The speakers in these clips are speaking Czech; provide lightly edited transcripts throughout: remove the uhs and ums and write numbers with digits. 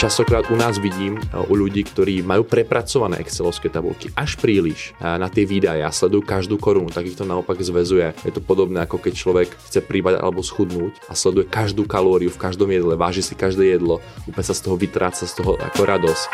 častokrát u nás vidím u ľudí, ktorí majú prepracované excelovské tabulky až príliš na tie výdaje a sledujú každú korunu, tak ich to naopak zväzuje. Je to podobné, ako keď človek chce pribať alebo schudnúť a sleduje každú kalóriu v každom jedle, váži si každé jedlo, úplne sa z toho vytráca z toho ako radosť.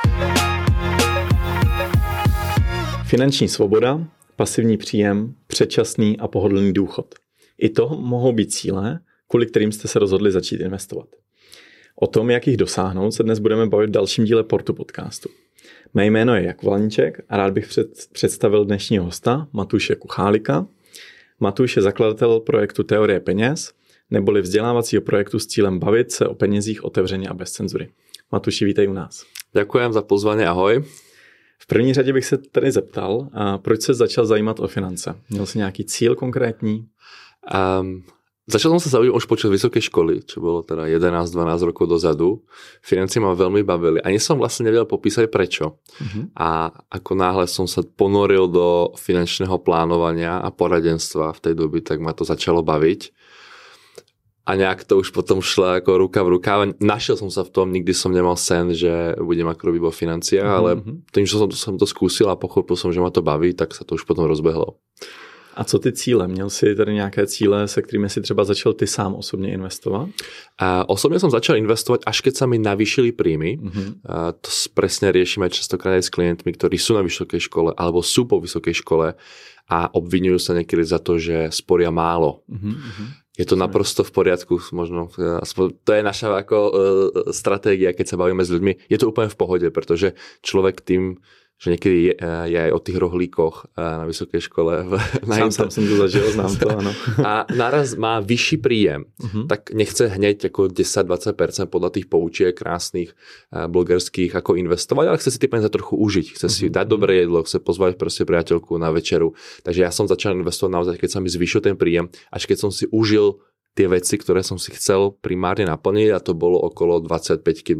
Finanční svoboda, pasivní příjem, předčasný a pohodlný důchod. I to mohou být cíle, kvůli kterým jste se rozhodli začít investovat. O tom, jak jich dosáhnout, se dnes budeme bavit v dalším díle Portu podcastu. Mé jméno je Jakub Valníček a rád bych představil dnešního hosta, Matouše Kuchálika. Matouš je zakladatel projektu Teorie peněz, neboli vzdělávacího projektu s cílem bavit se o penězích otevřeně a bez cenzury. Matouši, vítej u nás. Ďakujem za pozvanie, ahoj. V první řadě bych se tady zeptal, proč se začal zajímat o finance? Měl jsi nějaký cíl konkrétní? Začal som sa zaujímať už počas vysokej školy, čo bolo teda 11-12 rokov dozadu. Financie ma veľmi bavili. Ani som vlastne nevedel popísať prečo. A ako náhle som sa ponoril do finančného plánovania a poradenstva v tej doby, tak ma to začalo baviť. A nejak to už potom šlo ako ruka v rukáve. Našiel som sa v tom, nikdy som nemal sen, že budem ako robiť vo financiách, ale tým, že som to skúsil a pochopil som, že ma to baví, tak sa to už potom rozbehlo. A co ty cíle? Měl jsi tady nějaké cíle, se kterými si třeba začal ty sám osobně investovat? Osobne som začal investovať, až keď sa mi navýšili príjmy. To presne riešime častokrát aj s klientmi, ktorí sú na vysokej škole alebo sú po vysokej škole a obvinujú sa niekedy za to, že sporia málo. Je to naprosto v poriadku, možno to je naša ako stratégia, keď sa bavíme s ľuďmi. Je to úplne v pohode, pretože človek tým, že niekedy je aj o tých rohlíkoch na vysokej škole. Sám som to zažil, znám to, áno. A naraz má vyšší príjem, tak nechce hneď ako 10-20% podľa tých poučiek krásnych blogerských ako investovať, ale chce si tie peniaze trochu užiť, chce si dať dobré jedlo, chce pozvať proste priateľku na večeru. Takže ja som začal investovať naozaj, keď sa mi zvýšil ten príjem, až keď som si užil tie veci, ktoré som si chcel primárne naplniť, a to bolo okolo 25-26.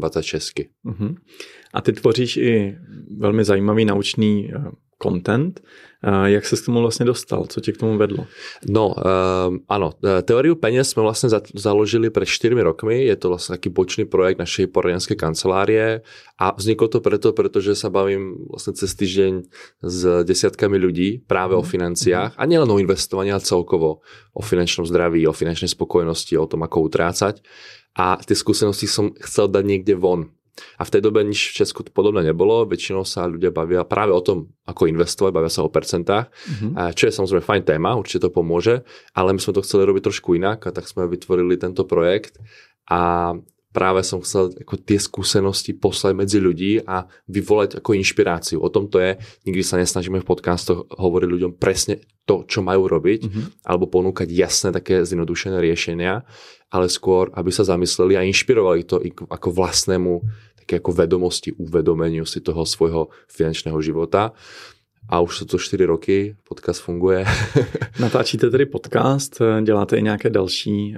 A ty tvoříš i velmi zajímavý naučný content. Jak se k tomu vlastně dostal? Co tě k tomu vedlo? No, áno. Teóriu peniaz sme vlastne založili pred 4 rokmi. Je to vlastne taký bočný projekt našej poradenskej kancelárie a vzniklo to pretože sa bavím vlastne cez týždeň s desiatkami ľudí práve o financiách a nielen o investovaní, ale celkovo o finančnom zdraví, o finančnej spokojnosti, o tom, ako utrácať. A tie skúsenosti som chcel dať niekde von. A v tej dobe nič v Česku podobné nebolo. Väčšinou sa ľudia bavia práve o tom, ako investovať, bavia sa o percentách, čo je samozrejme fajn téma, určite to pomôže, ale my sme to chceli robiť trošku inak, a tak sme vytvorili tento projekt a práve som chcel ako tie skúsenosti poslať medzi ľudí a vyvolať ako inšpiráciu. O tom to je. Nikdy sa nesnažíme v podcastoch hovoriť ľuďom presne to, čo majú robiť, alebo ponúkať jasné také zjednodušené riešenia, ale skôr, aby sa zamysleli a inšpirovali to ako vlastnému také ako vedomosti, uvedomeniu si toho svojho finančného života. A už sú to 4 roky, podcast funguje. Natáčíte tedy podcast, děláte i nějaké další,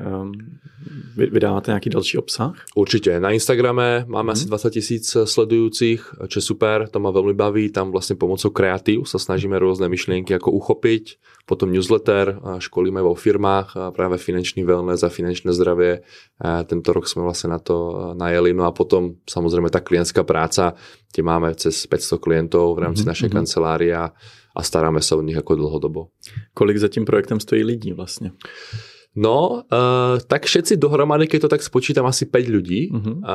vydáváte nějaký další obsah? Určite. Na Instagrame máme asi 20 000 sledujúcich, čo je super, to ma veľmi baví. Tam vlastne pomocou kreatív sa snažíme rôzne myšlienky ako uchopiť. Potom newsletter, školíme vo firmách práve finančný wellness a finančné zdravie. Tento rok sme vlastne na to najeli. No a potom samozrejme tá klientská práca, kde máme cez 500 klientov v rámci našej kancelárie a staráme sa o nich ako dlhodobo. Kolik za tím projektem stojí lidí vlastne? No, tak všetci dohromady, keď to tak spočítam, asi 5 ľudí.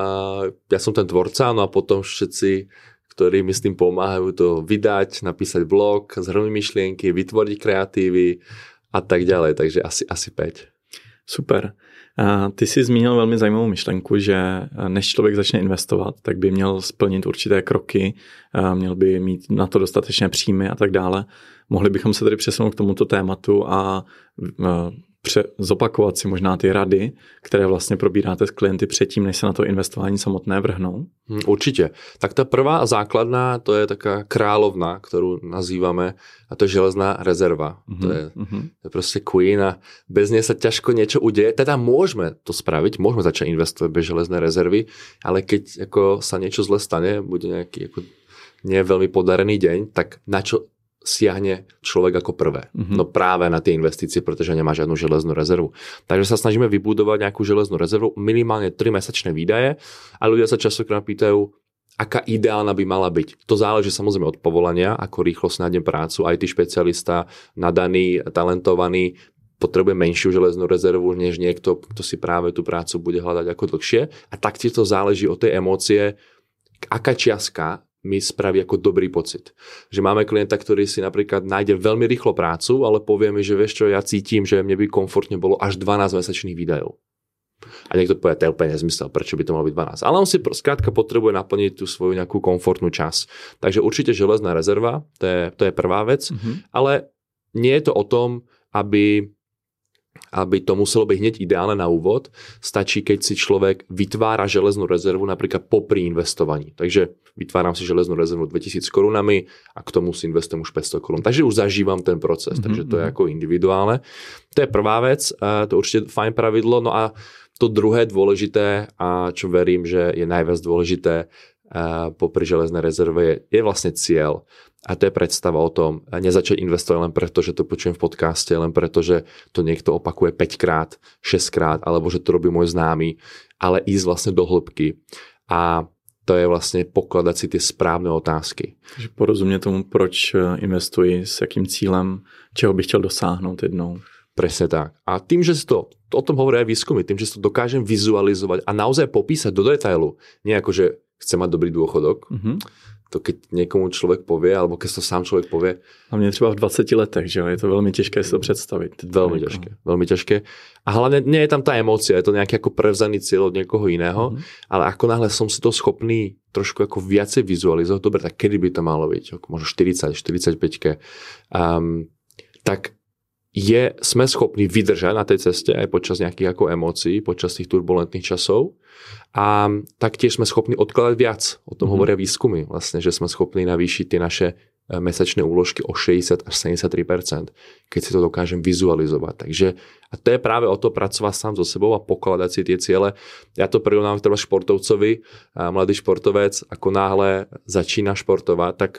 Ja som ten tvorca, no a potom všetci, ktorí mi s tým pomáhajú to vydať, napísať blog, zhrnúť myšlienky, vytvoriť kreatívy a tak ďalej. Takže asi 5. Super. Ty jsi zmínil velmi zajímavou myšlenku, že než člověk začne investovat, tak by měl splnit určité kroky, měl by mít na to dostatečné příjmy a tak dále. Mohli bychom se tedy přesunout k tomuto tématu a zopakovat si možná ty rady, které vlastně probíráte s klienty předtím, než se na to investování samotné vrhnou? Určite. Tak tá prvá základná, to je taká kráľovna, ktorú nazývame, a to je železná rezerva. To je proste queen a bez nej sa ťažko niečo udeje. Teda môžeme to spraviť, môžeme začať investovať bez železnej rezervy, ale keď ako sa niečo zle stane, bude nejaký ako nie veľmi podarený deň, tak na čo siahne človek ako prvé. No práve na tie investície, pretože nemá žiadnu železnú rezervu. Takže sa snažíme vybudovať nejakú železnú rezervu, minimálne 3-mesačné výdaje a ľudia sa častokrát pýtajú, aká ideálna by mala byť. To záleží samozrejme od povolania, ako rýchlo si nájdem prácu. IT špecialista, nadaný, talentovaný, potrebuje menšiu železnú rezervu, než niekto, kto si práve tú prácu bude hľadať ako dlhšie. A taktiež to záleží od tej emócie, aká čiastka mi spraví ako dobrý pocit. Že máme klienta, ktorý si napríklad nájde veľmi rýchlo prácu, ale povie mi, že vieš čo, ja cítim, že mne by komfortne bolo až 12 mesačných výdajov. A niekto povie, to je úplne nezmysel, prečo by to malo byť 12. Ale on si skrátka potrebuje naplniť tú svoju nejakú komfortnú časť. Takže určite železná rezerva, to je prvá vec, ale nie je to o tom, aby to muselo byť hneď ideálne na úvod. Stačí, keď si človek vytvára železnú rezervu napríklad popri investovaní. Takže vytváram si železnú rezervu 2000 korunami a k tomu si investujem už 500 korun. Takže už zažívam ten proces, takže to je ako individuálne. To je prvá vec, to je určite fajn pravidlo. No a to druhé dôležité, a čo verím, že je najviac dôležité popri železnej rezerve, je vlastne cieľ. A to je predstava o tom, nezačať investovať len preto, že to počujem v podcaste, len preto, že to niekto opakuje 5-krát, 6-krát, alebo že to robí môj známy, ale ísť vlastne do hĺbky. A to je vlastne pokladať si tie správne otázky. Takže porozumět tomu, proč investuji, s jakým cílem, čeho bych chtěl dosáhnout jednou. Presne tak. A tým, že si to, o tom hovoria aj výskumy, tým, že si to dokážem vizualizovať a naozaj popísať do detailu, nie ako, že chcem mať dobrý dôchodok, to keď niekomu človek povie, alebo keď to sám človek povie. Hlavně třeba v 20 letech, že je to velmi těžké si to představit. Veľmi ťažké. A hlavne nie je tam tá emócia, je to nejaký ako prevzaný cieľ od niekoho iného, ale ako náhle som si to schopný trošku ako viacej vizualizovať, dobre, tak kedy by to malo byť? Možno 40, 45, tak sme schopní vydržať na tej ceste aj počas nejakých ako emócií, počas tých turbulentných časov a taktiež sme schopní odkladať viac. O tom hovoria výskumy vlastne, že sme schopní navýšiť tie naše mesačné úložky o 60 až 73%, keď si to dokážem vizualizovať. Takže a to je práve o to pracovať sám so sebou a pokladať si tie ciele. Ja to prirovnám k športovcovi, mladý športovec, ako náhle začína športovať, tak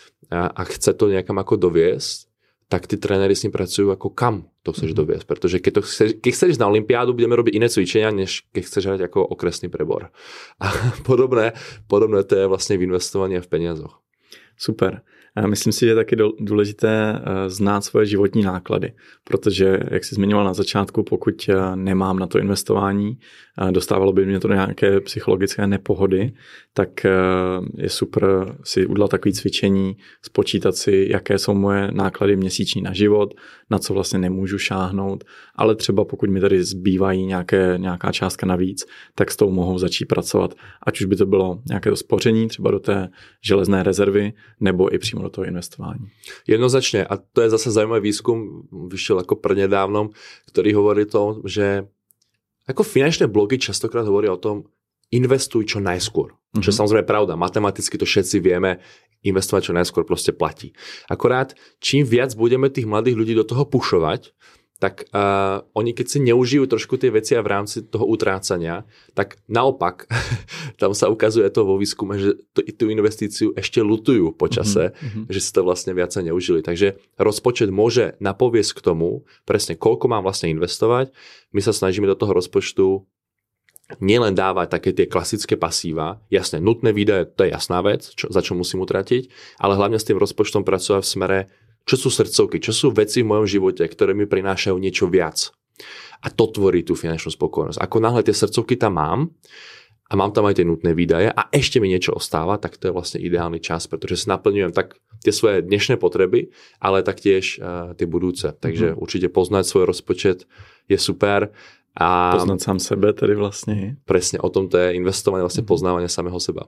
a chce to nejakam ako doviesť, tak tí tréneri s ním pracujú ako kam to chceš doviesť. Pretože keď chceš na olympiádu, budeme robiť iné cvičenia, než keď chceš hrať ako okresný prebor. A podobné to je vlastne v investovaní a v peniazoch. Super. Myslím si, že je taky důležité znát svoje životní náklady, protože, jak jsi zmiňoval na začátku, pokud nemám na to investování, dostávalo by mě to do nějaké psychologické nepohody, tak je super si udělat takové cvičení, spočítat si, jaké jsou moje náklady měsíční na život, na co vlastně nemůžu šáhnout, ale třeba pokud mi tady zbývají nějaká částka navíc, tak s tou mohou začít pracovat, ať už by to bylo nějaké to spoření třeba do té železné rezervy, nebo i přímo do toho investování. Jednoznačne. A to je zase zaujímavý výskum, vyšiel ako prednedávnom, ktorý hovorí to, že ako finančné blogy častokrát hovoria o tom, investuj čo najskôr. Čo je samozrejme pravda. Matematicky to všetci vieme, investovať čo najskôr proste platí. Akorát, čím viac budeme tých mladých ľudí do toho pušovať, tak oni keď si neužijú trošku tie veci a v rámci toho utrácania, tak naopak, tam sa ukazuje to vo výskume, že tú investíciu ešte lutujú po čase, že si to vlastne viacej neužili. Takže rozpočet môže napoviesť k tomu, presne koľko mám vlastne investovať. My sa snažíme do toho rozpočtu nielen dávať také tie klasické pasíva, jasne, nutné výdaje, to je jasná vec, za čo musím utratiť, ale hlavne s tým rozpočtom pracovať v smere, čo sú srdcovky, čo sú veci v mojom živote, ktoré mi prinášajú niečo viac. A to tvorí tú finančnú spokojnosť. Ako náhle tie srdcovky tam mám a mám tam aj tie nutné výdaje a ešte mi niečo ostáva, tak to je vlastne ideálny čas, pretože si naplňujem tak tie svoje dnešné potreby, ale taktiež tie budúce. Takže určite poznať svoj rozpočet je super. A poznať sám sebe tedy vlastne. Presne, o tom to je investovanie, vlastne poznávanie samého seba.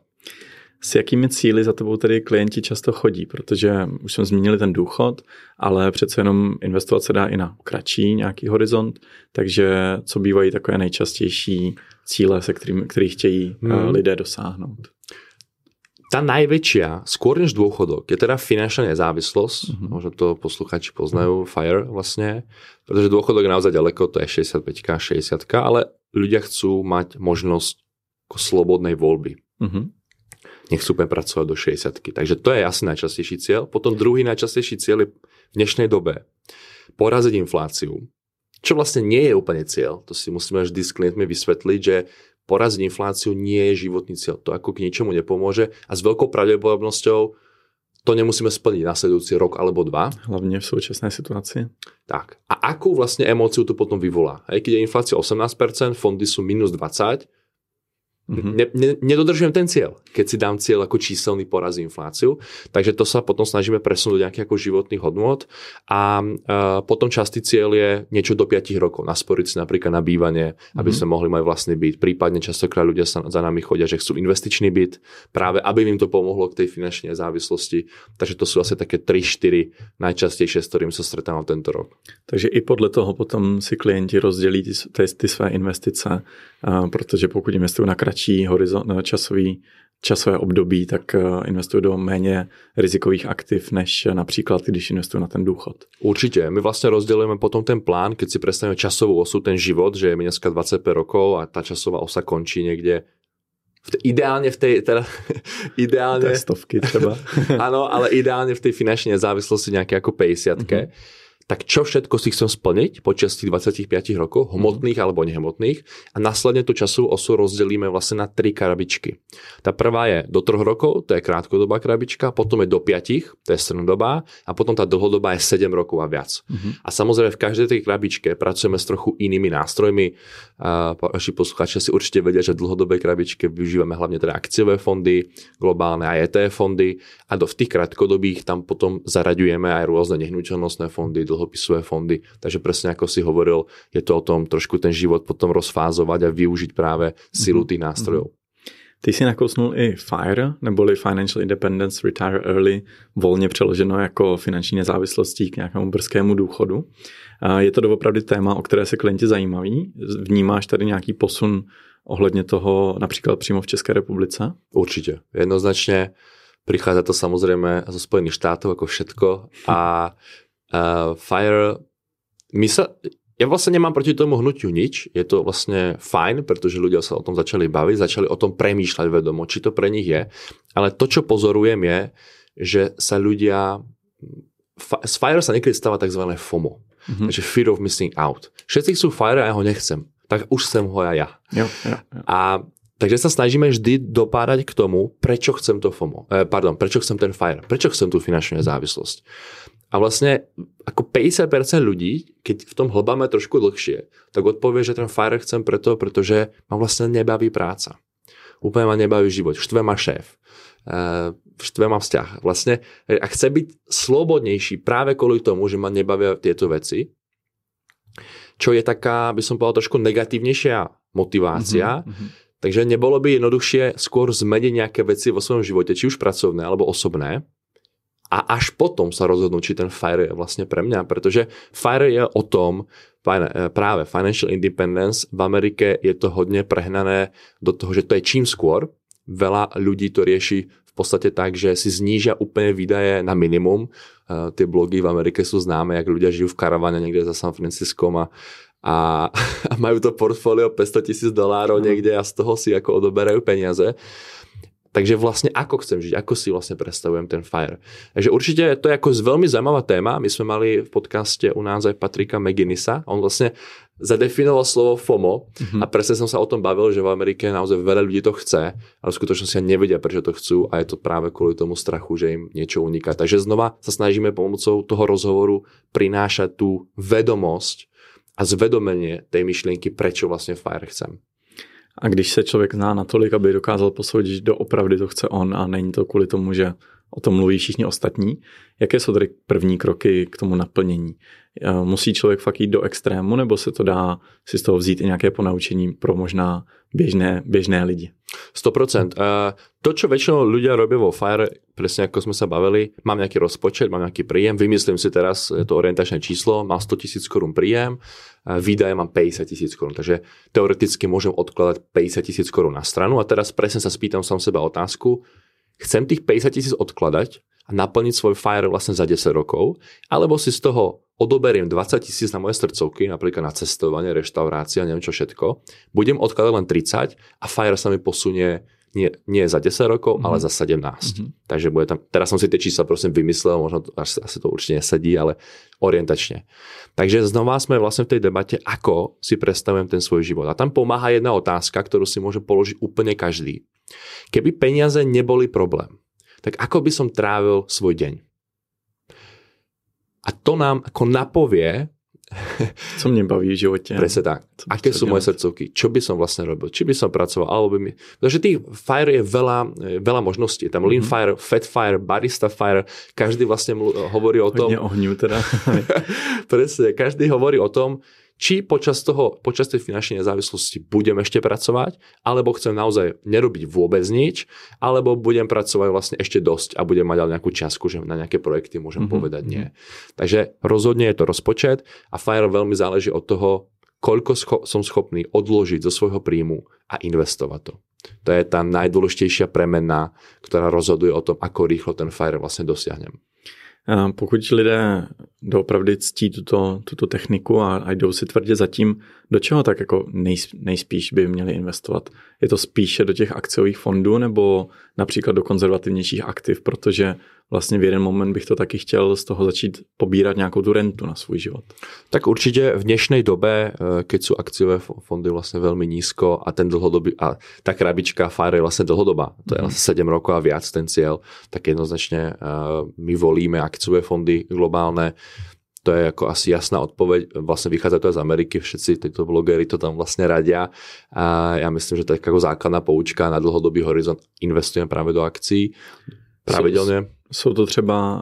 S jakými cíli za tebou tedy klienti často chodí? Protože už jsme zmínili ten důchod, ale přece jenom investovat se dá i na kratší nějaký horizont, takže co bývají takové nejčastější cíle, se kterých chtějí lidé dosáhnout? Tá najväčšia, skôr než dôchodok, je teda finančná nezávislosť. Možno to posluchači poznajú, FIRE vlastne, pretože dôchodok je naozaj ďaleko, to je 65, 60, ale ľudia chcú mať možnosť slobodnej voľby. nechcú pracovať do 60. Takže to je asi najčastejší cieľ. Potom druhý najčastejší cieľ je v dnešnej dobe poraziť infláciu, čo vlastne nie je úplne cieľ. To si musíme vždy s klientmi vysvetliť, že poraziť infláciu nie je životný cieľ. To ako k ničomu nepomôže a s veľkou pravdepodobnosťou to nemusíme splniť nasledujúci rok alebo 2. Hlavne v súčasnej situácii. Tak. A akú vlastne emóciu to potom vyvolá? Keď je inflácia 18%, fondy sú minus 20%, nedodržujem ten cieľ, keď si dám cieľ ako číselný poraz infláciu, takže to sa potom snažíme presunúť do nejakých ako životných hodnôt a potom častý cieľ je niečo do 5 rokov, nasporiť si napríklad na bývanie, aby sme mohli mať vlastný byt, prípadne častokrát ľudia sa za nami chodia, že chcú investičný byt, práve aby im to pomohlo k tej finančnej závislosti, takže to sú asi také 3-4 najčastejšie, s ktorým sa stretávam tento rok. Takže i podle toho potom si klienti rozdělí ty své investice, protože pokud investují na kratší horizont, časové období, tak investujú do méně rizikových aktiv, než například, když investujú na ten důchod. Určite. My vlastne rozdeľujeme potom ten plán, keď si predstavíme časovú osu, ten život, že je mi dneska 25 rokov a tá časová osa končí niekde ideálne v tej stovky třeba. Áno, ale ideálne v tej finančnej závislosti nejaké ako 50-ke. Tak čo všetko si chcem splniť počas tých 25 rokov, hmotných alebo nehmotných, a následne tú časovú osu rozdelíme vlastne na 3 krabičky. Tá prvá je do 3 rokov, to je krátkodobá krabička, potom je do 5, to je strednodobá, a potom tá dlhodobá je 7 rokov a viac. A samozrejme v každej tej krabičke pracujeme s trochu inými nástrojmi. Vaši poslucháči si určite vedia, že v dlhodobej krabičke využívame hlavne teda akciové fondy, globálne aj ETF fondy, a v tých krátkodobých tam potom zaraďujeme aj rôzne nehnuteľnostné fondy, dlhopisové fondy. Takže presne ako si hovoril, je to o tom trošku ten život potom rozfázovať a využiť práve silu tých nástrojov. Ty si nakousnul i FIRE, neboli Financial Independence Retire Early, volně přeloženo jako finanční nezávislostí k nějakému brzkému důchodu. Je to doopravdy téma, o které se klienti zajímaví? Vnímáš tady nějaký posun ohledně toho například přímo v České republice? Určite. Jednoznačne prichádza to samozrejme zo Spojených štátov ako všetko a FIRE, ja vlastne nemám proti tomu hnutiu nič, je to vlastne fajn, pretože ľudia sa o tom začali baviť, začali o tom premýšľať vedomo, či to pre nich je, ale to, čo pozorujem je, že sa ľudia, z FIRE sa niekedy stáva tzv. FOMO, takže Fear of Missing Out. Všetci chcú FIRE a ja ho nechcem, tak už chcem ho aj ja. Jo. A takže sa snažíme vždy dopádať k tomu, prečo chcem to FOMO, prečo chcem ten FIRE, prečo chcem tú finančnú nezávislosť. A vlastne ako 50% ľudí, keď v tom hlbáme trošku dlhšie, tak odpovie, že ten FIRE chcem pretože ma vlastne nebaví práca. Úplne ma nebaví život. Štve ma šéf. Štve ma vzťah. Vlastne, a chce byť slobodnejší práve kvôli tomu, že ma nebavia tieto veci, čo je taká, by som povedal, trošku negatívnejšia motivácia. Takže nebolo by jednoduchšie skôr zmeniť nejaké veci vo svojom živote, či už pracovné alebo osobné, a až potom sa rozhodnúť, či ten FIRE je vlastne pre mňa, pretože FIRE je o tom, práve Financial Independence v Amerike je to hodne prehnané do toho, že to je čím skôr. Veľa ľudí to rieši v podstate tak, že si znížia úplne výdaje na minimum. Tie blogy v Amerike sú známe, jak ľudia žijú v karavane niekde za San Franciskom a majú to portfólio $500,000 niekde a z toho si ako odoberajú peniaze. Takže vlastne ako chcem žiť, ako si vlastne predstavujem ten FIRE. Takže určite to je ako veľmi zaujímavá téma. My sme mali v podcaste u nás aj Patrika McGinnisa. On vlastne zadefinoval slovo FOMO a presne som sa o tom bavil, že v Amerike naozaj veľa ľudí to chce, ale v skutočnosti nevedia, prečo to chcú a je to práve kvôli tomu strachu, že im niečo uniká. Takže znova sa snažíme pomocou toho rozhovoru prinášať tú vedomosť a zvedomenie tej myšlienky, prečo vlastne FIRE chcem. A když se člověk zná natolik, aby dokázal posoudit, že doopravdy to chce on a není to kvůli tomu, že o tom mluví všichni ostatní, jaké jsou tady první kroky k tomu naplnění? Musí člověk fakt jít do extrému, nebo se to dá si z toho vzít i nějaké ponaučení pro možná běžné lidi? 100%. To, čo väčšinou ľudia robia vo FIRE, presne ako sme sa bavili, mám nejaký rozpočet, mám nejaký príjem, vymyslím si teraz, je to orientačné číslo, mám 100,000 korún príjem, výdaje mám 50,000 korún, takže teoreticky môžem odkladať 50,000 korún na stranu a teraz presne sa spýtam sám seba otázku, chcem tých 50,000 odkladať a naplniť svoj FIRE vlastne za 10 rokov, alebo si z toho odoberiem 20,000 na moje srdcovky, napríklad na cestovanie, reštaurácia, neviem čo všetko, budem odkladať len 30 a FIRE sa mi posunie nie za 10 rokov, ale za 17. Takže bude tam, teraz som si tie čísla prosím vymyslel, možno asi to určite nesedí, ale orientačne. Takže znova sme vlastne v tej debate, ako si predstavujem ten svoj život. A tam pomáha jedna otázka, ktorú si môže položiť úplne každý. Keby peniaze neboli problém, tak ako by som trávil svoj deň? A to nám ako napovie, co mě baví v životě. Presne tak. Aké sú moje srdcovky? Čo by som vlastne robil? Či by som pracoval? Alebo by mi... Pretože tých fire je veľa možností. Tam lean fire, fat fire, barista fire. Každý vlastne hovorí o tom... Hodne ohňu teda. Presne. Každý hovorí o tom, či počas tej finančnej nezávislosti budem ešte pracovať, alebo chcem naozaj nerobiť vôbec nič, alebo budem pracovať vlastne ešte dosť a budem mať ale nejakú čiastku, že na nejaké projekty môžem povedať nie. Takže rozhodne je to rozpočet a FIRE veľmi záleží od toho, koľko som schopný odložiť zo svojho príjmu a investovať to. To je tá najdôležitejšia premena, ktorá rozhoduje o tom, ako rýchlo ten FIRE vlastne dosiahnem. Pokud lidé doopravdy ctí tuto techniku a jdou si tvrdě zatím, do čeho tak jako nejspíš by měli investovat? Je to spíše do těch akciových fondů nebo například do konzervativnějších aktiv, protože vlastně v jeden moment bych to taky chtěl z toho začít pobírat nějakou tu rentu na svůj život. Tak určite v dnešnej dobe, keď sú akciové fondy vlastne veľmi nízko a ten dlhodobý, a tá krabička FIRE je vlastne dlhodobá, to je 7 rokov a viac ten cieľ, tak jednoznačne my volíme akciové fondy globálne. To je ako asi jasná odpoveď. Vlastne vychádza to aj z Ameriky, všetci títo blogery to tam vlastne radia. A ja myslím, že to je ako základná poučka na dlhodobý horizont. Investujem práve do akcií pravidelne. Jsou to třeba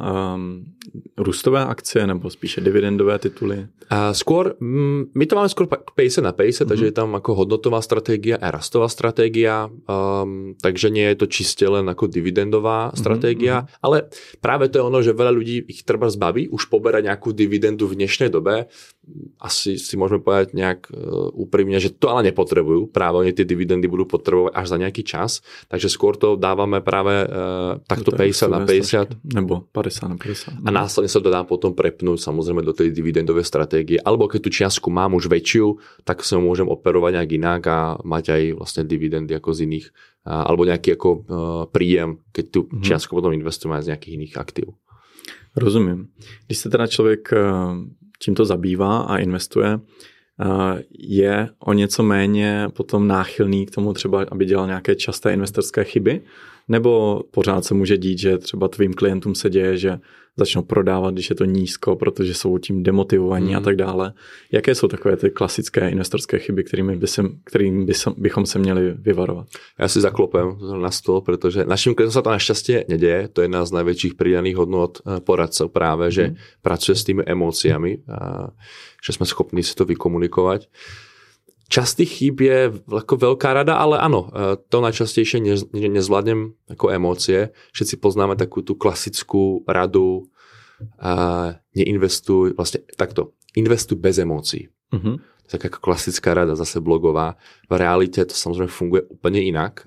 růstové akcie nebo spíše dividendové tituly? Skôr, my to máme skôr pace na pace, takže je tam ako hodnotová stratégia a rastová stratégia, takže nie je to čiste len ako dividendová stratégia, ale práve to je ono, že veľa ľudí ich treba zbaví už poberať nejakú dividendu v dnešnej dobe. Asi si môžeme povedať nejak úprimne, že to ale nepotrebujú. Práve oni tie dividendy budú potrebovať až za nejaký čas, takže skôr to dávame práve takto 50 na 50. Nebo 50 na 50. A následne sa to dá potom prepnúť samozrejme do tej dividendovej stratégie. Alebo keď tú čiastku mám už väčšiu, tak sa môžem operovať nejak inak a mať aj vlastne dividendy ako z iných, alebo nejaký ako príjem, keď tú čiastku potom investujem aj z nejakých iných aktív. Rozumím. Když se teda člověk tímto zabývá a investuje, je o něco méně potom náchylný k tomu třeba, aby dělal nějaké časté investorské chyby, nebo pořád se může dít, že třeba tvým klientům se děje, že začnou prodávat, když je to nízko, protože jsou tím demotivovaní a tak dále. Jaké jsou takové ty klasické investorské chyby, kterým bychom se měli vyvarovat? Ja si zaklopem na stôl, pretože našim klientom sa to našťastie nedeje. To je jedna z najväčších pridaných hodnot poradcov práve, že pracuje s tými emóciami, že sme schopní si to vykomunikovať. Častých chýb je ako veľká rada, ale áno, to najčastejšie nezvládnem ako emócie. Všetci poznáme takú tú klasickú radu, neinvestuj, vlastne takto, investuj bez emócií. Taká klasická rada, zase blogová. V realite to samozrejme funguje úplne inak.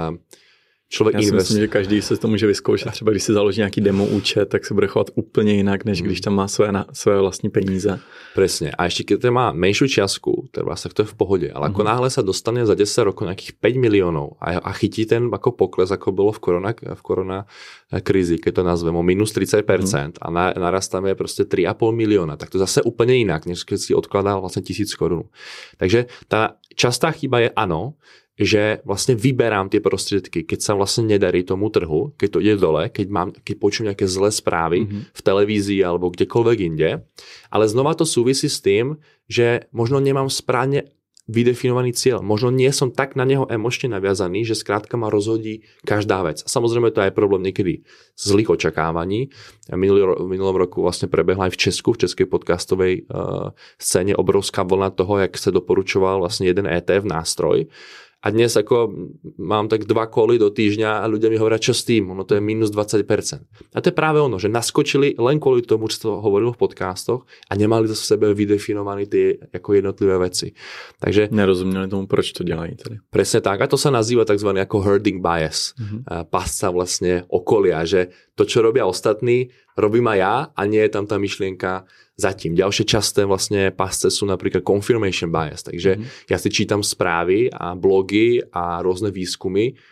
Já si myslím, že každý se to může vyzkoušet. Třeba když si založí nějaký demo účet, tak se bude chovat úplně jinak, než když tam má své vlastní peníze. Presne. A ešte keď má menšiu čiastku, tak to je v pohode. Ale ako náhle sa dostane za 10 rokov nejakých 5 miliónov a chytí ten ako pokles, ako bolo v korona krízi, keď to nazveme, minus 30% a naraz tam je proste 3,5 milióna. Tak to zase úplne inak, než keď si odkladal vlastne 1000 korun. Takže tá častá chyba je áno, že vlastne vyberám tie prostriedky, keď sa vlastne nedarí tomu trhu, keď to ide dole, keď počujem nejaké zlé správy v televízii alebo kdekoľvek inde. Ale znova to súvisí s tým, že možno nemám správne vydefinovaný cieľ. Možno nie som tak na neho emočne naviazaný, že skrátka ma rozhodí každá vec. A samozrejme to je aj problém niekedy zlých očakávaní. V minulom roku vlastne prebehla aj v Česku, v českej podcastovej scéne obrovská vlna toho, jak sa doporučoval vlastne jeden ETF nástroj. A dnes ako mám tak 2 koly do týždňa a ľudia mi hovoria, čo s tým? Ono to je minus 20%. A to je práve ono, že naskočili len kvôli tomu, čo to hovoril v podcastoch a nemali to v sebe vydefinované tie ako jednotlivé veci. Takže nerozuměli tomu, proč to dělají tedy. Presne tak. A to sa nazýva tzv. Ako herding bias. Pasca vlastne okolia, že to, čo robia ostatní, robím aj ja a nie je tam tá myšlienka zatím. Ďalšie časté vlastne pasce sú napríklad confirmation bias. Takže ja si čítam správy a blogy a rôzne výskumy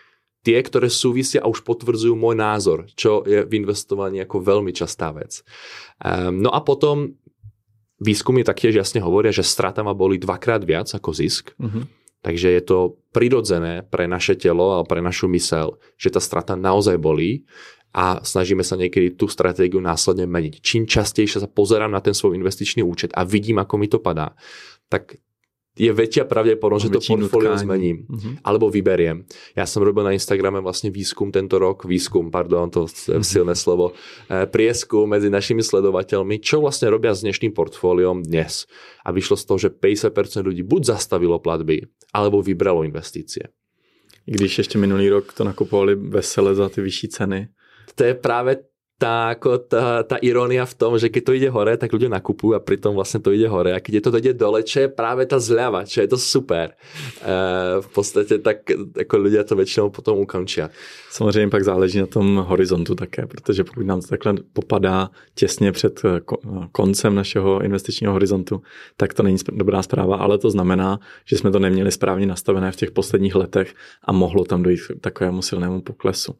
tie, ktoré súvisia a už potvrdzujú môj názor, čo je v investovaní ako veľmi častá vec. No a potom výskumy taktiež jasne hovoria, že strata má boli 2-krát viac ako zisk. Takže je to prirodzené pre naše telo a pre našu myseľ, že tá strata naozaj bolí a snažíme sa niekedy tú stratégiu následne meniť. Čím častejšie sa pozerám na ten svoj investičný účet a vidím, ako mi to padá, tak je väčšia pravdepodobnosť, že to portfólio zmením. Alebo vyberiem. Ja som robil na Instagrame vlastne to je silné slovo, prieskum medzi našimi sledovateľmi, čo vlastne robia s dnešným portfóliom dnes. A vyšlo z toho, že 50% ľudí buď zastavilo platby, alebo vybralo investície. I když ještě minulý rok to nakupovali vesele za ty vyšší ceny. To je práve tá irónia v tom, že keď to ide hore, tak ľudia nakupujú a pritom vlastne to ide hore. A keď je to ide dole, čo je práve tá zľava, čo je to super. V podstate tak jako ľudia to většinou potom ukončia. Samozřejmě pak záleží na tom horizontu také, protože pokud nám to takhle popadá těsně před koncem našeho investičního horizontu, tak to není dobrá zpráva, ale to znamená, že jsme to neměli správně nastavené v těch posledních letech a mohlo tam dojít k takovému silnému poklesu.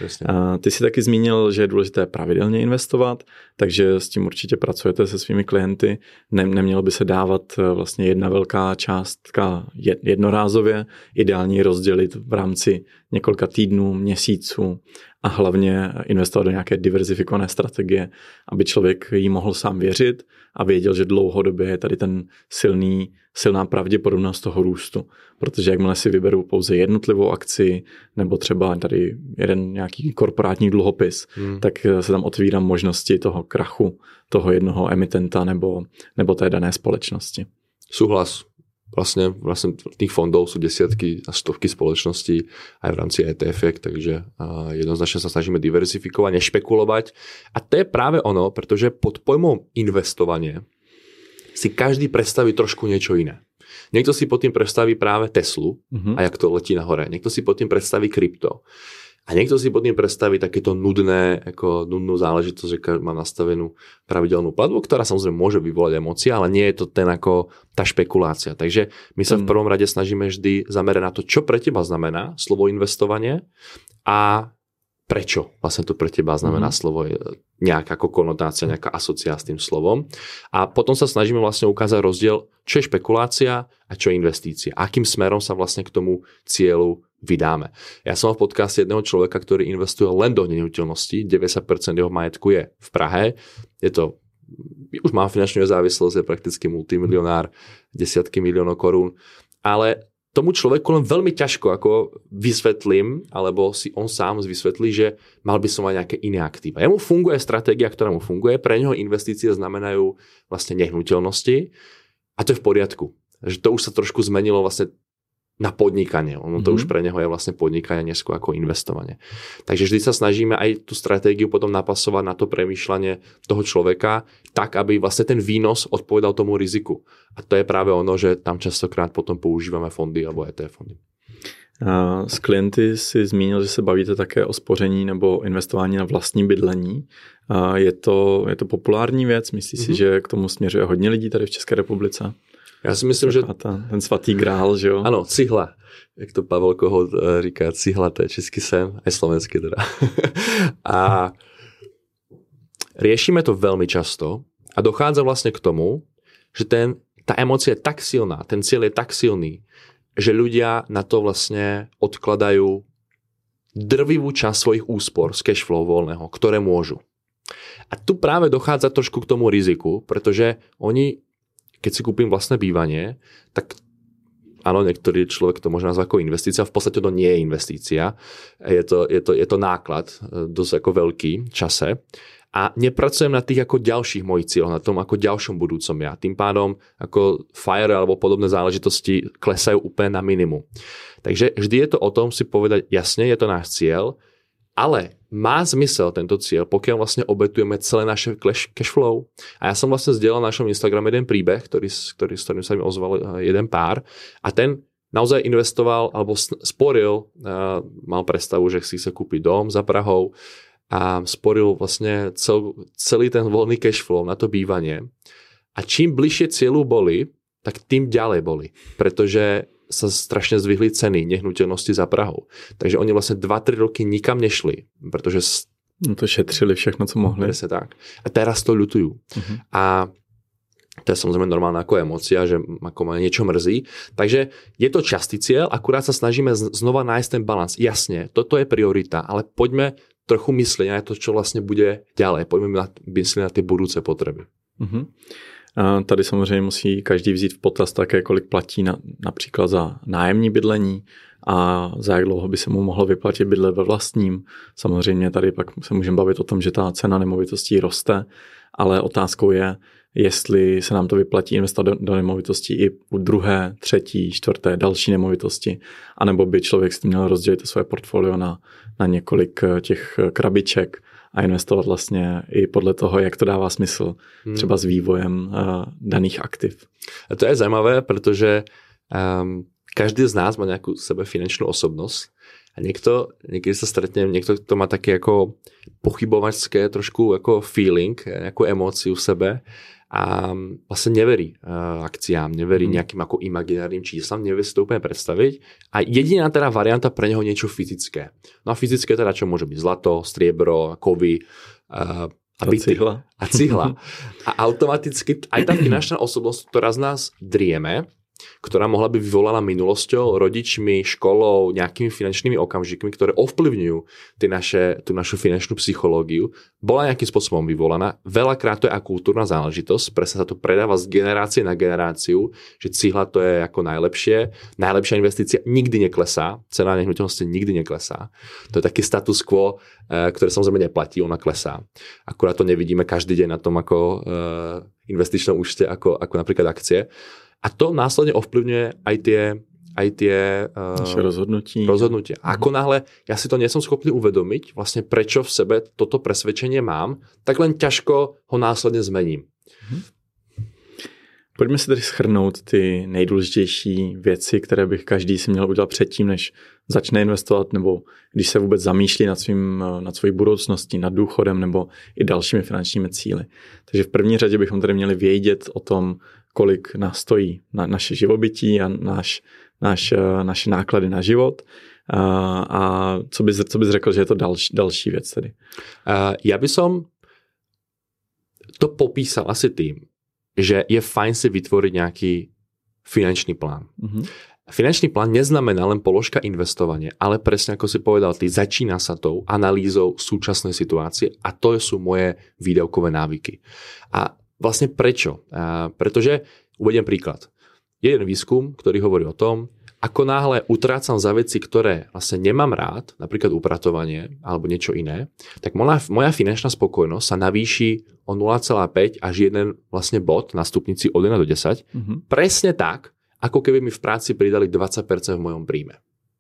Ty si taky zmínil, že je důležité pravidelně investovat, takže s tím určitě pracujete se svými klienty. Nemělo by se dávat vlastně jedna velká částka jednorázově, ideálně rozdělit v rámci několika týdnů, měsíců a hlavně investovat do nějaké diverzifikované strategie, aby člověk jí mohl sám věřit a věděl, že dlouhodobě je tady ten silná pravděpodobnost toho růstu. Protože jakmile si vyberou pouze jednotlivou akci nebo třeba tady jeden nějaký korporátní dluhopis, tak se tam otvírá možnosti toho krachu, toho jednoho emitenta nebo té dané společnosti. Súhlas. Vlastne tých fondov sú desiatky a stovky spoločností aj v rámci ETF, takže jednoznačne sa snažíme diverzifikovať, nešpekulovať. A to je práve ono, pretože pod pojmom investovanie si každý predstaví trošku niečo iné. Niekto si pod tým predstaví práve Teslu a jak to letí nahore. Niekto si pod tým predstaví krypto. A niekto si pod tým predstaví takéto nudnú záležitosť, že má nastavenú pravidelnú platbu, ktorá samozrejme môže vyvolať emócie, ale nie je to tá špekulácia. Takže my sa v prvom rade snažíme vždy zamerať na to, čo pre teba znamená slovo investovanie a prečo vlastne to pre teba znamená slovo, nejaká ako konotácia, nejaká asociácia s tým slovom. A potom sa snažíme vlastne ukázať rozdiel, čo je špekulácia a čo je investícia. Akým smerom sa vlastne k tomu cieľu vydáme. Ja som v podcaste jedného človeka, ktorý investuje len do nehnuteľností, 90% jeho majetku je v Prahe. Už má finančnú nezávislosť, je prakticky multimilionár, desiatky miliónov korún, ale tomu človeku len veľmi ťažko ako vysvetlím, alebo si on sám vysvetlí, že mal by som mať nejaké iné aktíva. Jemu funguje stratégia, ktorá mu funguje, pre neho investície znamenajú vlastne nehnuteľnosti a to je v poriadku. Že to už sa trošku zmenilo vlastne na podnikanie. Ono to už pre neho je vlastne podnikanie neskôr ako investovanie. Takže vždy sa snažíme aj tú stratégiu potom napasovať na to premýšľanie toho človeka tak, aby vlastne ten výnos odpovedal tomu riziku. A to je práve ono, že tam častokrát potom používame fondy alebo ETF fondy. S klienty si zmínil, že se bavíte také o spoření nebo investování na vlastní bydlení. Je to populární věc? Myslíš si, že k tomu směřuje hodně lidí tady v České republice? Já si myslím, že... Ten svatý grál, že jo? Ano, cihla. Jak to Pavel Kohout říká, cihla, to je český sen, aj slovenský teda. A riešime to veľmi často a dochádza vlastne k tomu, že tá emócia je tak silná, ten cieľ je tak silný, že ľudia na to vlastne odkladajú drvivú časť svojich úspor z cashflow voľného, ktoré môžu. A tu práve dochádza trošku k tomu riziku, pretože oni keď si kúpim vlastné bývanie, tak áno, niektorý človek to môže nazvať ako investícia, v podstate to nie je investícia, je to náklad dosť ako veľký v čase a nepracujem na tých ako ďalších mojich cieľoch, na tom ako ďalšom budúcom ja. Tým pádom ako FIRE alebo podobné záležitosti klesajú úplne na minimum. Takže vždy je to o tom si povedať, jasne, je to náš cieľ, ale má zmysel tento cieľ, pokiaľ vlastne obetujeme celé naše cashflow. A ja som vlastne zdieľal na našom Instagrame jeden príbeh, s ktorým sa mi ozval jeden pár a ten naozaj investoval alebo sporil, mal predstavu, že si chce kúpiť dom za Prahou a sporil vlastne celý ten voľný cashflow na to bývanie. A čím bližšie cieľu boli, tak tým ďalej boli. Pretože sa strašne zvihli ceny nehnuteľnosti za Prahou. Takže oni vlastne 2-3 roky nikam nešli, pretože to šetřili všechno, co mohli. Presne tak. A teraz to ľutujú. A to je samozrejme normálna ako emócia, že ako ma niečo mrzí. Takže je to častý cieľ, akurát sa snažíme znova nájsť ten balans. Jasne, toto je priorita, ale poďme trochu myslieť na to, čo vlastne bude ďalej. Poďme myslieť na tie budúce potreby. A tady samozřejmě musí každý vzít v potaz také, kolik platí například za nájemní bydlení a za jak dlouho by se mu mohlo vyplatit bydlet ve vlastním. Samozřejmě tady pak se můžeme bavit o tom, že ta cena nemovitostí roste, ale otázkou je, jestli se nám to vyplatí investovat do nemovitostí i u druhé, třetí, čtvrté, další nemovitosti, anebo by člověk s tím měl rozdělit své portfolio na několik těch krabiček a investovat vlastně i podle toho, jak to dává smysl, třeba s vývojem daných aktiv. A to je zajímavé, protože každý z nás má nejakú sebe finančnú osobnosť a niekedy sa stretne, niekto to má také ako pochybovačské trošku ako feeling, nejakú emóciu v sebe a vlastne neverí akciám, neverí nejakým ako imaginárnym číslam, nevie si to úplne predstaviť a jediná teda varianta pre neho niečo fyzické. No a fyzické teda čo môže byť zlato, striebro, kovy a cihla. A automaticky aj tá finančná osobnosť, ktorá z nás drieme, ktorá mohla by vyvolaná minulosťou, rodičmi, školou, nejakými finančnými okamžikmi, ktoré ovplyvňujú tú našu finančnú psychológiu, bola nejakým spôsobom vyvolaná. Veľakrát to je aj kultúrna záležitosť, presne sa to predáva z generácie na generáciu, že cihla to je ako najlepšia investícia nikdy neklesá, cena nehnuteľnosti nikdy neklesá. To je taký status quo, ktoré samozrejme neplatí, ona klesá. Akurát to nevidíme každý deň na tom ako investičnom účte, ako napríklad akcie. A to následne ovplyvňuje aj tie naše rozhodnutia. A ako náhle ja si to nie som schopný uvedomiť, vlastne prečo v sebe toto presvedčenie mám, tak len ťažko ho následne zmením. Pojďme si tedy shrnout ty nejdůležitější věci, které bych každý si měl udělat předtím, než začne investovat, nebo když se vůbec zamýšlí nad svojí budoucností, nad důchodem nebo i dalšími finančními cíli. Takže v první řadě bychom tady měli vědět o tom, kolik nás stojí naše živobytí a naše náklady na život. A co bys řekl, že je to další věc tedy? Ja by som to popísal asi tým, že je fajn si vytvoriť nejaký finančný plán. Finančný plán neznamená len položka investovanie, ale presne ako si povedal, ty začína sa tou analýzou súčasnej situácie a to sú moje výdavkové návyky. A vlastne prečo? Pretože, uvediem príklad. Je jeden výskum, ktorý hovorí o tom, ako náhle utrácam za veci, ktoré vlastne nemám rád, napríklad upratovanie alebo niečo iné, tak moja finančná spokojnosť sa navýši o 0,5 až 1 vlastne bod na stupnici od 1 do 10. Presne tak, ako keby mi v práci pridali 20% v mojom príjme.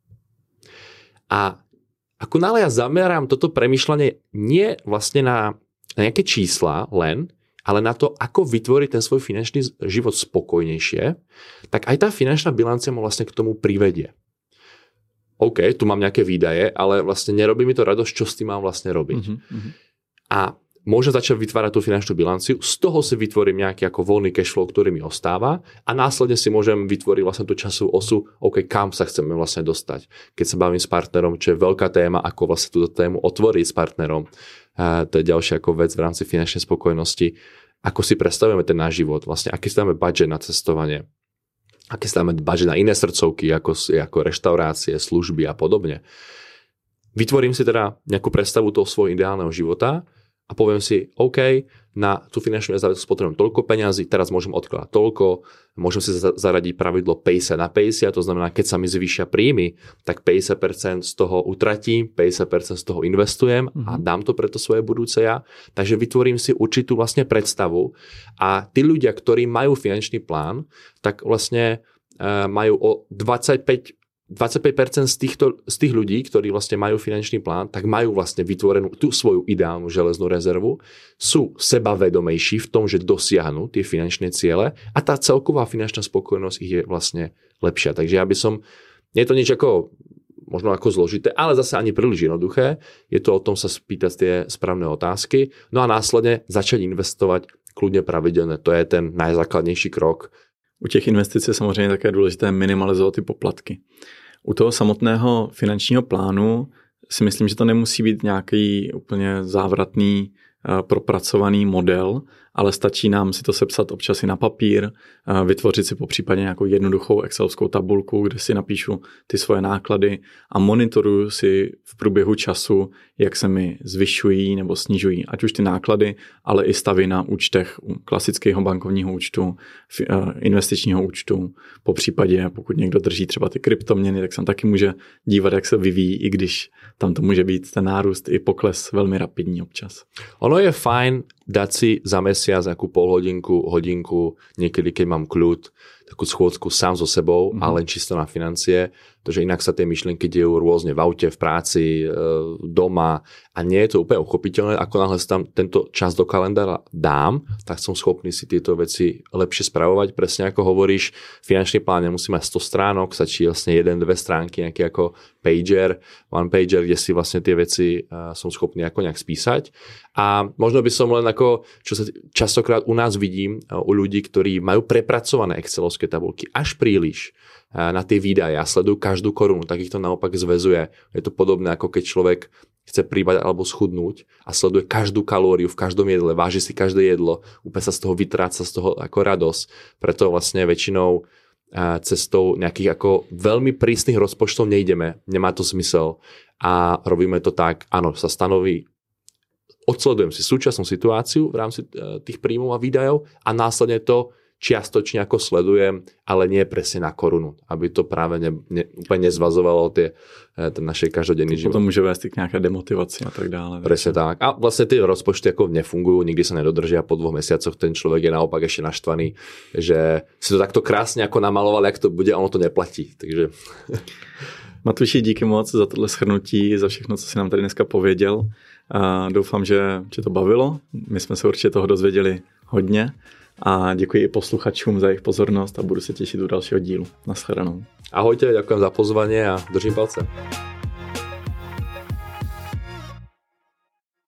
A ako náhle ja zamerám toto premýšľanie nie vlastne na nejaké čísla len, ale na to, ako vytvoriť ten svoj finančný život spokojnejšie, tak aj tá finančná bilancia ma vlastne k tomu privedie. OK, tu mám nejaké výdaje, ale vlastne nerobí mi to radosť, čo s tým mám vlastne robiť. A môžem začať vytvárať tú finančnú bilanciu, z toho si vytvorím nejaký ako voľný cashflow, ktorý mi ostáva a následne si môžem vytvoriť vlastne tú časovú osu, OK, kam sa chceme vlastne dostať. Keď sa bavím s partnerom, čo je veľká téma, ako vlastne túto tému otvoriť s partnerom, to je ďalšia ako vec v rámci finančnej spokojnosti, ako si predstavujeme ten náš život, vlastne aký si dáme budget na cestovanie, aký si dáme budget na iné srdcovky, ako reštaurácie, služby a podobne. Vytvorím si teda nejakú predstavu toho svojho ideálneho života a poviem si, OK, na tú finančnú nezávislosť potrebujem toľko peňazí, teraz môžem odkladať toľko, môžem si zaradiť pravidlo 50 na 50, to znamená, keď sa mi zvýšia príjmy, tak 50% z toho utratím, 50% z toho investujem a dám to pre to svoje budúce ja. Takže vytvorím si určitú vlastne predstavu a tí ľudia, ktorí majú finančný plán, tak vlastne majú o 25% z tých ľudí, ktorí vlastne majú finančný plán, tak majú vlastne vytvorenú tú svoju ideálnu železnú rezervu, sú sebavedomejší v tom, že dosiahnu tie finančné ciele a tá celková finančná spokojnosť ich je vlastne lepšia. Takže ja by som, nie je to nič ako, možno ako zložité, ale zase ani príliš jednoduché, je to o tom sa spýtať tie správne otázky, no a následne začať investovať kľudne pravidelne. To je ten najzákladnejší krok. U těch investic je samozřejmě také důležité minimalizovat ty poplatky. U toho samotného finančního plánu si myslím, že to nemusí být nějaký úplně závratný, propracovaný model, ale stačí nám si to sepsat občas i na papír, vytvořit si popřípadě nějakou jednoduchou excelovskou tabulku, kde si napíšu ty svoje náklady a monitoruju si v průběhu času, jak se mi zvyšují nebo snižují, ať už ty náklady, ale i stavy na účtech klasického bankovního účtu, investičního účtu, popřípadě pokud někdo drží třeba ty kryptoměny, tak se taky může dívat, jak se vyvíjí, i když tam to může být ten nárůst i pokles velmi rapidní občas. Ono je fajn dať si za mesiac nejakú polhodinku, hodinku, niekedy keď mám kľud, takú schôdzku sám so sebou, a len čisto na financie, pretože inak sa tie myšlienky dejú rôzne v aute, v práci, doma a nie je to úplne uchopiteľné. Ako náhle si tam tento čas do kalendára dám, tak som schopný si tieto veci lepšie spravovať. Presne ako hovoríš, finančný plán nemusí mať 100 stránok, stačí vlastne 1-2 stránky, nejaký ako pager, one pager, kde si vlastne tie veci som schopný ako nejak spísať. A možno by som len ako, čo sa častokrát u nás vidím, u ľudí, ktorí majú prepracované excelovské tabulky až príliš na tie výdaje a sledujú každú korunu, tak ich to naopak zväzuje. Je to podobné, ako keď človek chce pribať alebo schudnúť a sleduje každú kalóriu v každom jedle, váži si každé jedlo, úplne sa z toho vytráca z toho ako radosť. Preto vlastne väčšinou cestou nejakých ako veľmi prísnych rozpočtov nejdeme, nemá to zmysel a robíme to tak, áno, sa stanoví, odsledujem si súčasnú situáciu v rámci tých príjmov a výdajov a následne to čiastočne ako sledujem, ale nie presne na korunu, aby to práve úplne nezvazovalo ten našej každodenný život. Potom môže vést k nejaké demotivaci a tak dále. Presne tak. A vlastne tie rozpočty ako nefungujú, nikdy sa nedodržia, po 2 mesiacoch ten človek je naopak ešte naštvaný, že si to takto krásne ako namaloval, jak to bude, a ono to neplatí. Takže... Matuši, díky moc za tohle shrnutí, za všechno, co si nám tady dneska pověděl. A doufám, že to bavilo. My jsme se určitě toho dozvěděli hodně. A děkuji i posluchačům za jejich pozornost a budu se těšit u dalšího dílu. Nashledanou. Ahojte, ďakujem za pozvanie a držím palce.